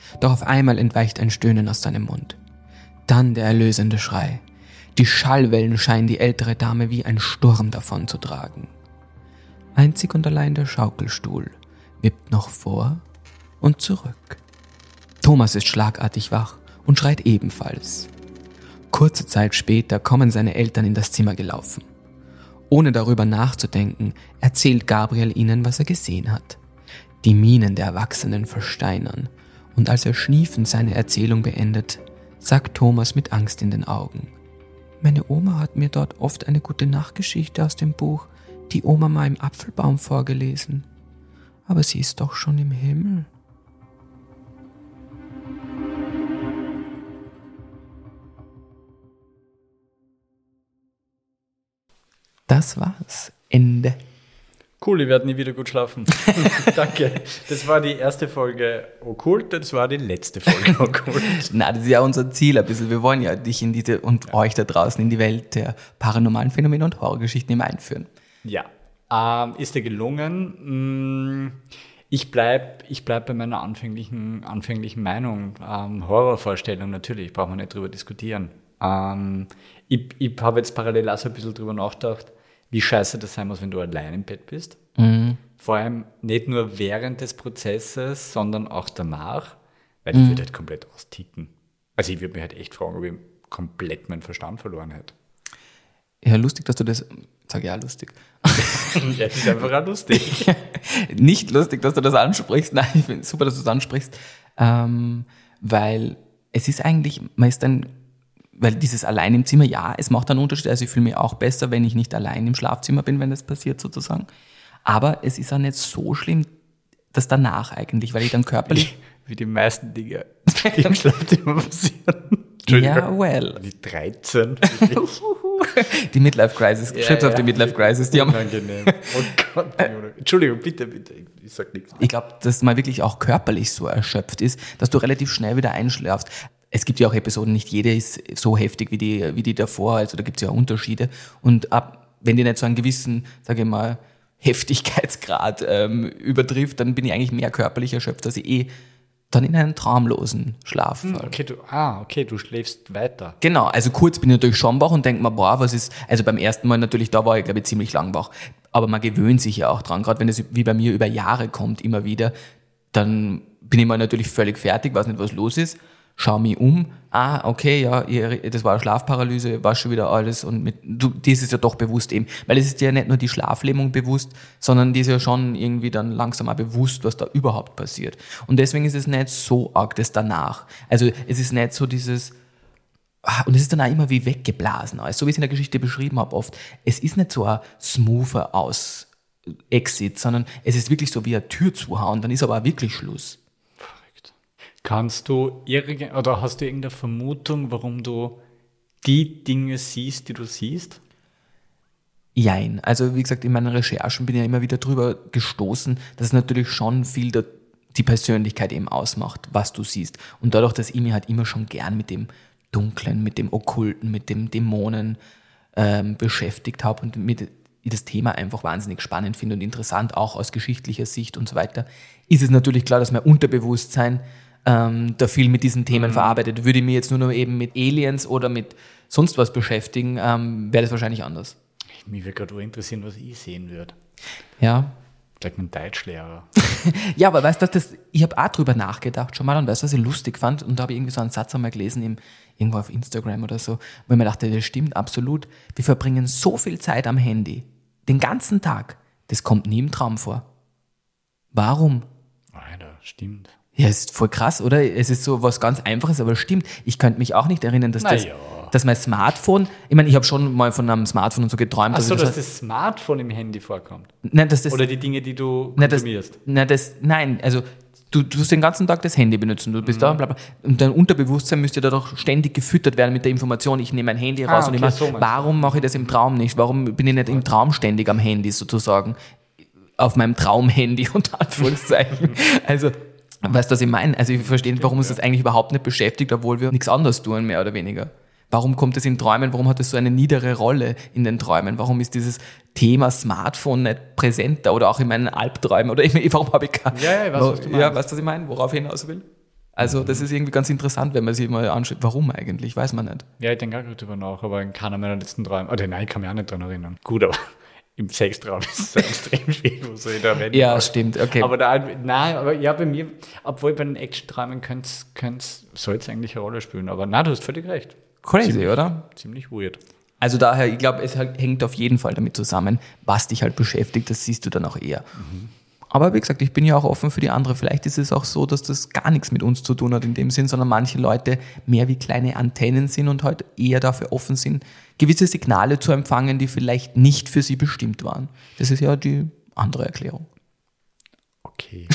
Doch auf einmal entweicht ein Stöhnen aus seinem Mund. Dann der erlösende Schrei. Die Schallwellen scheinen die ältere Dame wie ein Sturm davon zu tragen. Einzig und allein der Schaukelstuhl wippt noch vor und zurück. Thomas ist schlagartig wach und schreit ebenfalls. Kurze Zeit später kommen seine Eltern in das Zimmer gelaufen. Ohne darüber nachzudenken, erzählt Gabriel ihnen, was er gesehen hat. Die Mienen der Erwachsenen versteinern, und als er schniefend seine Erzählung beendet, sagt Thomas mit Angst in den Augen: Meine Oma hat mir dort oft eine gute Nachtgeschichte aus dem Buch Die Oma mal im Apfelbaum vorgelesen. Aber sie ist doch schon im Himmel. Das war's. Ende. Cool, ich werde nie wieder gut schlafen. Danke. Das war die erste Folge Okkult, das war die letzte Folge Okkult. Na, das ist ja unser Ziel ein bisschen. Wir wollen ja dich in diese und ja. euch da draußen in die Welt der paranormalen Phänomene und Horrorgeschichten immer einführen. Ja. Ähm, ist dir gelungen? Ich bleibe ich bleib bei meiner anfänglichen, anfänglichen Meinung. Ähm, Horrorvorstellung, natürlich, brauchen wir nicht drüber diskutieren. Ähm, ich ich habe jetzt parallel auch so ein bisschen drüber nachgedacht, wie scheiße das sein muss, wenn du allein im Bett bist. Mhm. Vor allem nicht nur während des Prozesses, sondern auch danach, weil ich mhm. würde halt komplett austicken. Also ich würde mich halt echt fragen, ob ich komplett meinen Verstand verloren hätte. Ja, lustig, dass du das... Sag ja, lustig. Ja, das ist einfach auch lustig. Nicht lustig, dass du das ansprichst. Nein, ich finde es super, dass du es ansprichst. Ähm, weil es ist eigentlich, man ist dann... Weil dieses allein im Zimmer, ja, es macht einen Unterschied. Also ich fühle mich auch besser, wenn ich nicht allein im Schlafzimmer bin, wenn das passiert sozusagen. Aber es ist auch nicht so schlimm, dass danach eigentlich, weil ich dann körperlich... Wie, wie die meisten Dinge, die im Schlafzimmer passieren. Ja, well. Die dreizehn. Die Midlife-Crisis. Ja, Schreib's ja. auf die Midlife-Crisis. Die haben Unangenehm. Oh Gott. Entschuldigung, bitte, bitte. Ich sag nichts. Ich glaube, dass man wirklich auch körperlich so erschöpft ist, dass du relativ schnell wieder einschläfst. Es gibt ja auch Episoden, nicht jede ist so heftig wie die, wie die davor, also da gibt es ja Unterschiede. Und ab, wenn die nicht so einen gewissen, sage ich mal, Heftigkeitsgrad ähm, übertrifft, dann bin ich eigentlich mehr körperlich erschöpft, dass ich eh dann in einen traumlosen Schlaf falle. Okay, du, ah, okay, du schläfst weiter. Genau, also kurz bin ich natürlich schon wach und denke mir, boah, was ist, also beim ersten Mal natürlich, da war ich glaube ich ziemlich lang wach, aber man gewöhnt sich ja auch dran, gerade wenn es wie bei mir über Jahre kommt, immer wieder, dann bin ich mal natürlich völlig fertig, weiß nicht, was los ist. Schau mich um, ah, okay, ja, das war eine Schlafparalyse, war schon wieder alles und mit, du, das ist ja doch bewusst eben, weil es ist ja nicht nur die Schlaflähmung bewusst, sondern die ist ja schon irgendwie dann langsam auch bewusst, was da überhaupt passiert. Und deswegen ist es nicht so arg, das danach. Also es ist nicht so dieses, und es ist dann auch immer wie weggeblasen, also so wie ich es in der Geschichte beschrieben habe oft, es ist nicht so ein smoother Aus Exit, sondern es ist wirklich so wie eine Tür zuhauen, dann ist aber auch wirklich Schluss. Kannst du irgend, oder hast du irgendeine Vermutung, warum du die Dinge siehst, die du siehst? Jein. Also wie gesagt, in meinen Recherchen bin ich ja immer wieder drüber gestoßen, dass es natürlich schon viel der, die Persönlichkeit eben ausmacht, was du siehst. Und dadurch, dass ich mich halt immer schon gern mit dem Dunklen, mit dem Okkulten, mit dem Dämonen ähm, beschäftigt habe und mit ich das Thema einfach wahnsinnig spannend finde und interessant, auch aus geschichtlicher Sicht und so weiter, ist es natürlich klar, dass mein Unterbewusstsein ähm, da viel mit diesen Themen mhm. verarbeitet. Würde ich mich jetzt nur noch eben mit Aliens oder mit sonst was beschäftigen, ähm, wäre das wahrscheinlich anders. Mich würde gerade interessieren, was ich sehen würde. Ja. Vielleicht mein Deutschlehrer. Ja, aber weißt du, das, ich habe auch drüber nachgedacht schon mal und weißt du, was ich lustig fand? Und da habe ich irgendwie so einen Satz einmal gelesen, im, irgendwo auf Instagram oder so, wo ich mir dachte, das stimmt absolut. Wir verbringen so viel Zeit am Handy, den ganzen Tag. Das kommt nie im Traum vor. Warum? Alter, stimmt. Ja, ist voll krass, oder? Es ist so was ganz Einfaches, aber es stimmt. Ich könnte mich auch nicht erinnern, dass, das, ja. dass mein Smartphone, ich meine, ich habe schon mal von einem Smartphone und so geträumt. Ach so, dass das, das Smartphone im Handy vorkommt? Nein, dass das, oder die Dinge, die du nein, das, konsumierst? Nein, das, nein, also du, du tust den ganzen Tag das Handy benutzen, du bist mhm. da und bla bla. Und dein Unterbewusstsein müsste da doch ständig gefüttert werden mit der Information, ich nehme mein Handy raus ah, okay, und ich mache, so warum mache ich das im Traum nicht? Warum bin ich nicht im Traum ständig am Handy sozusagen? Auf meinem Traumhandy, unter Anführungszeichen. Also, weißt du, was ich meine? Also ich verstehe nicht, warum uns das eigentlich überhaupt nicht beschäftigt, obwohl wir nichts anderes tun, mehr oder weniger. Warum kommt es in Träumen? Warum hat es so eine niedere Rolle in den Träumen? Warum ist dieses Thema Smartphone nicht präsenter oder auch in meinen Albträumen? Oder ich, warum habe ich keine... Ja, ja, ich weiß, was du meinst. Ja, weißt du, was ich meine? Worauf ich hinaus will? Also das ist irgendwie ganz interessant, wenn man sich mal anschaut, warum eigentlich, weiß man nicht. Ja, ich denke auch gerade drüber nach, aber in keiner meiner letzten Träume, oder nein, ich kann mich auch nicht dran erinnern. Gut, aber im Sextraum ist es so extrem schwierig, wo soll ich da reden? Ja, stimmt, okay. Aber da, nein, aber ja, bei mir, obwohl bei den Action-Träumen könnte es, soll es eigentlich eine Rolle spielen, aber nein, du hast völlig recht. Crazy, ziemlich, oder? Ziemlich weird. Also daher, ich glaube, es hängt auf jeden Fall damit zusammen, was dich halt beschäftigt, das siehst du dann auch eher. Mhm. Aber wie gesagt, ich bin ja auch offen für die andere. Vielleicht ist es auch so, dass das gar nichts mit uns zu tun hat in dem Sinn, sondern manche Leute mehr wie kleine Antennen sind und halt eher dafür offen sind, gewisse Signale zu empfangen, die vielleicht nicht für sie bestimmt waren. Das ist ja die andere Erklärung. Okay.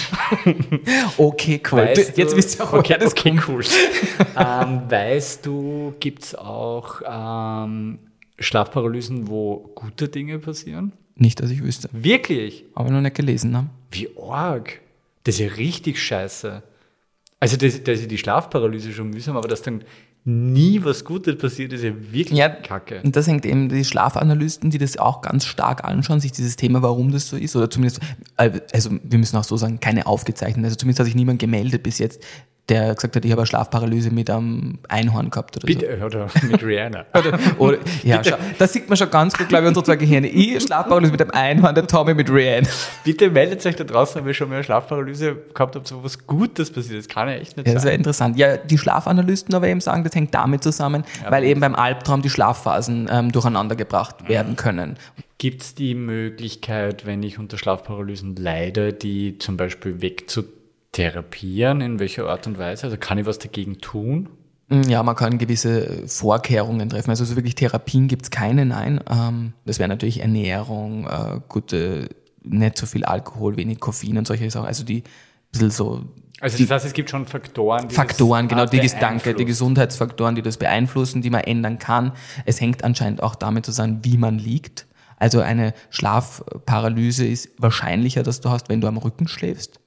Okay, cool. Weißt Jetzt du, wisst ihr auch, okay, woher das okay, kommt. cool. ähm, weißt du, gibt es auch ähm, Schlafparalysen, wo gute Dinge passieren? Nicht, dass ich wüsste. Wirklich? Aber noch nicht gelesen haben. Wie arg. Das ist ja richtig scheiße. Also, dass, dass ich die Schlafparalyse schon mühsam, aber dass dann nie was Gutes passiert, ist ja wirklich Ja, kacke. und das hängt eben, die Schlafanalysten, die das auch ganz stark anschauen, sich dieses Thema, warum das so ist, oder zumindest, also wir müssen auch so sagen, keine aufgezeichnet, also zumindest hat sich niemand gemeldet bis jetzt, der gesagt hat, ich habe eine Schlafparalyse mit einem Einhorn gehabt oder Bitte, so. oder mit Rihanna. Oder, oder, ja, schau, das sieht man schon ganz gut, glaube ich, unsere zwei Gehirne. Ich Schlafparalyse mit einem Einhorn, der Tommy mit Rihanna. Bitte meldet euch da draußen, wenn ihr schon mal eine Schlafparalyse gehabt habt, so was Gutes passiert. Das kann ja echt nicht Ja, das wäre sein. interessant. Ja, die Schlafanalysten aber eben sagen, das hängt damit zusammen, Ja, weil eben beim Albtraum die Schlafphasen ähm, durcheinander gebracht werden können. Gibt es die Möglichkeit, wenn ich unter Schlafparalysen leide, die zum Beispiel wegzutherapieren? In welcher Art und Weise? Also kann ich was dagegen tun? Ja, man kann gewisse Vorkehrungen treffen. Also so wirklich Therapien gibt's keine, nein. Ähm, das wäre natürlich Ernährung, äh, gute, nicht so viel Alkohol, wenig Koffein und solche Sachen. Also die ein bisschen so. Also die das heißt, es gibt schon Faktoren, die Faktoren, das genau, die, beeinflussen. danke, die Gesundheitsfaktoren, die das beeinflussen, die man ändern kann. Es hängt anscheinend auch damit zusammen, wie man liegt. Also eine Schlafparalyse ist wahrscheinlicher, dass du hast, wenn du am Rücken schläfst.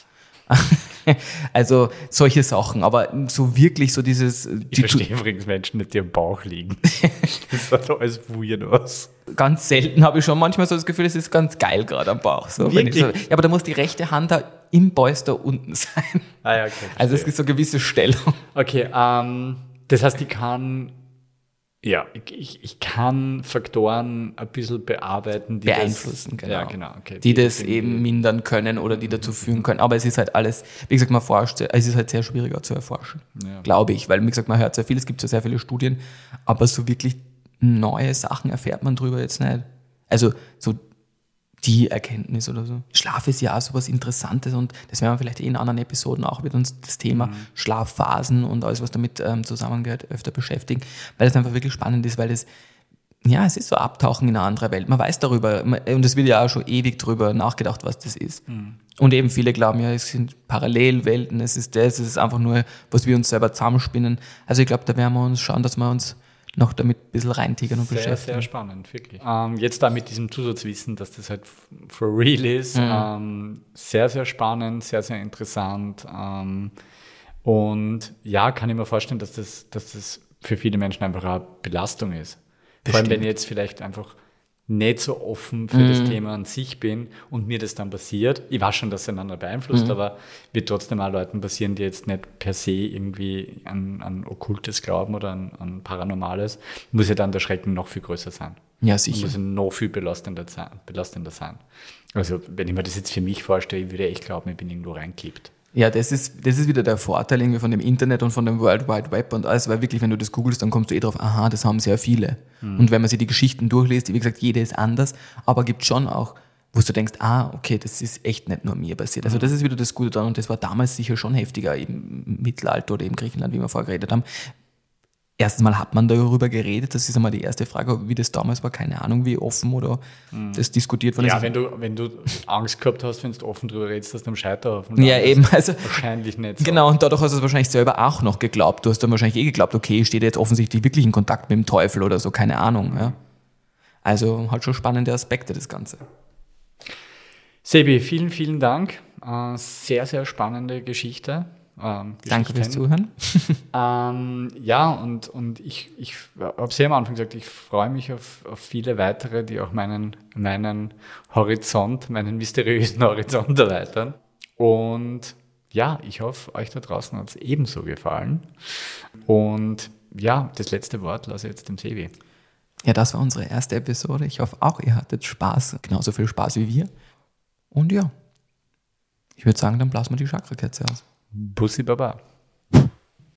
Also solche Sachen, aber so wirklich so dieses... Ich die, verstehe übrigens Menschen nicht, die am Bauch liegen. Das sah doch alles weird aus. Ganz selten habe ich schon manchmal so das Gefühl, es ist ganz geil gerade am Bauch. So, wenn ich so, ja, aber da muss die rechte Hand da im Polster unten sein. Ah ja, okay. Also es gibt so eine gewisse Stellung. Okay, ähm, das heißt, ich kann, ja, ich, ich, ich kann Faktoren ein bisschen bearbeiten, die Beeinflussen, das, genau. Ja, genau, okay. Die das irgendwie- eben mindern können oder die dazu führen können. Aber es ist halt alles, wie gesagt, man forscht, es ist halt sehr schwieriger zu erforschen, Ja. glaube ich. Weil, wie gesagt, man hört sehr viel, es gibt ja sehr viele Studien, aber so wirklich neue Sachen erfährt man drüber jetzt nicht. Also so die Erkenntnis oder so. Schlaf ist ja auch so was Interessantes und das werden wir vielleicht eh in anderen Episoden auch mit uns das Thema Mhm. Schlafphasen und alles, was damit ähm, zusammengehört, öfter beschäftigen, weil es einfach wirklich spannend ist, weil das ja, es ist so Abtauchen in eine andere Welt. Man weiß darüber und es wird ja auch schon ewig drüber nachgedacht, was das ist. Mhm. Und eben viele glauben ja, es sind Parallelwelten, es ist das, es ist einfach nur, was wir uns selber zusammenspinnen. Also ich glaube, da werden wir uns schauen, dass wir uns noch damit ein bisschen reintigern und Sehr, beschäftigen. sehr spannend, wirklich. Ähm, jetzt da mit diesem Zusatzwissen, dass das halt for real ist. Mhm. Ähm, sehr, sehr spannend, sehr, sehr interessant. Ähm, und ja, kann ich mir vorstellen, dass das, dass das für viele Menschen einfach eine Belastung ist. Vor allem, wenn ich jetzt vielleicht einfach nicht so offen für das Thema an sich bin und mir das dann passiert. Ich weiß schon, dass es einander beeinflusst, Mhm. aber wird trotzdem auch Leuten passieren, die jetzt nicht per se irgendwie an, an Okkultes glauben oder an, an Paranormales, muss ja dann der Schrecken noch viel größer sein. Ja, Und sicher. muss ja noch viel belastender sein, belastender sein. Also, wenn ich mir das jetzt für mich vorstelle, ich würde echt glauben, ich bin irgendwo reingeklebt. Ja, das ist, das ist wieder der Vorteil irgendwie von dem Internet und von dem World Wide Web und alles, weil wirklich, wenn du das googelst, dann kommst du eh drauf, aha, das haben sehr viele. Mhm. Und wenn man sich die Geschichten durchliest, wie gesagt, jede ist anders, aber gibt schon auch, wo du denkst, ah, okay, das ist echt nicht nur mir passiert. Also das ist wieder das Gute daran und das war damals sicher schon heftiger, eben im Mittelalter oder im Griechenland, wie wir vorher geredet haben. Erstens mal hat man darüber geredet, das ist einmal die erste Frage, wie das damals war, keine Ahnung, wie offen oder das diskutiert worden Ja, ist. wenn du, wenn du Angst gehabt hast, wenn du offen drüber redest, dass du am Scheiterhaufen Ja, landest, eben, also wahrscheinlich nicht so. genau, und dadurch hast du es wahrscheinlich selber auch noch geglaubt. Du hast dann wahrscheinlich eh geglaubt, okay, ich stehe jetzt offensichtlich wirklich in Kontakt mit dem Teufel oder so, keine Ahnung. Ja. Also hat schon spannende Aspekte, das Ganze. Sebi, vielen, vielen Dank. Äh, sehr, sehr spannende Geschichte. Ähm, Danke fürs Geschichten. Zuhören. Ähm, ja, und, und ich, ich habe es ja am Anfang gesagt, ich freue mich auf, auf viele weitere, die auch meinen, meinen Horizont, meinen mysteriösen Horizont erweitern. Und ja, ich hoffe, euch da draußen hat es ebenso gefallen. Und ja, das letzte Wort lasse ich jetzt dem Sebi. Ja, das war unsere erste Episode. Ich hoffe auch, ihr hattet Spaß, genauso viel Spaß wie wir. Und ja, ich würde sagen, dann blasen wir die Chakra-Kerze aus. Bussi Baba.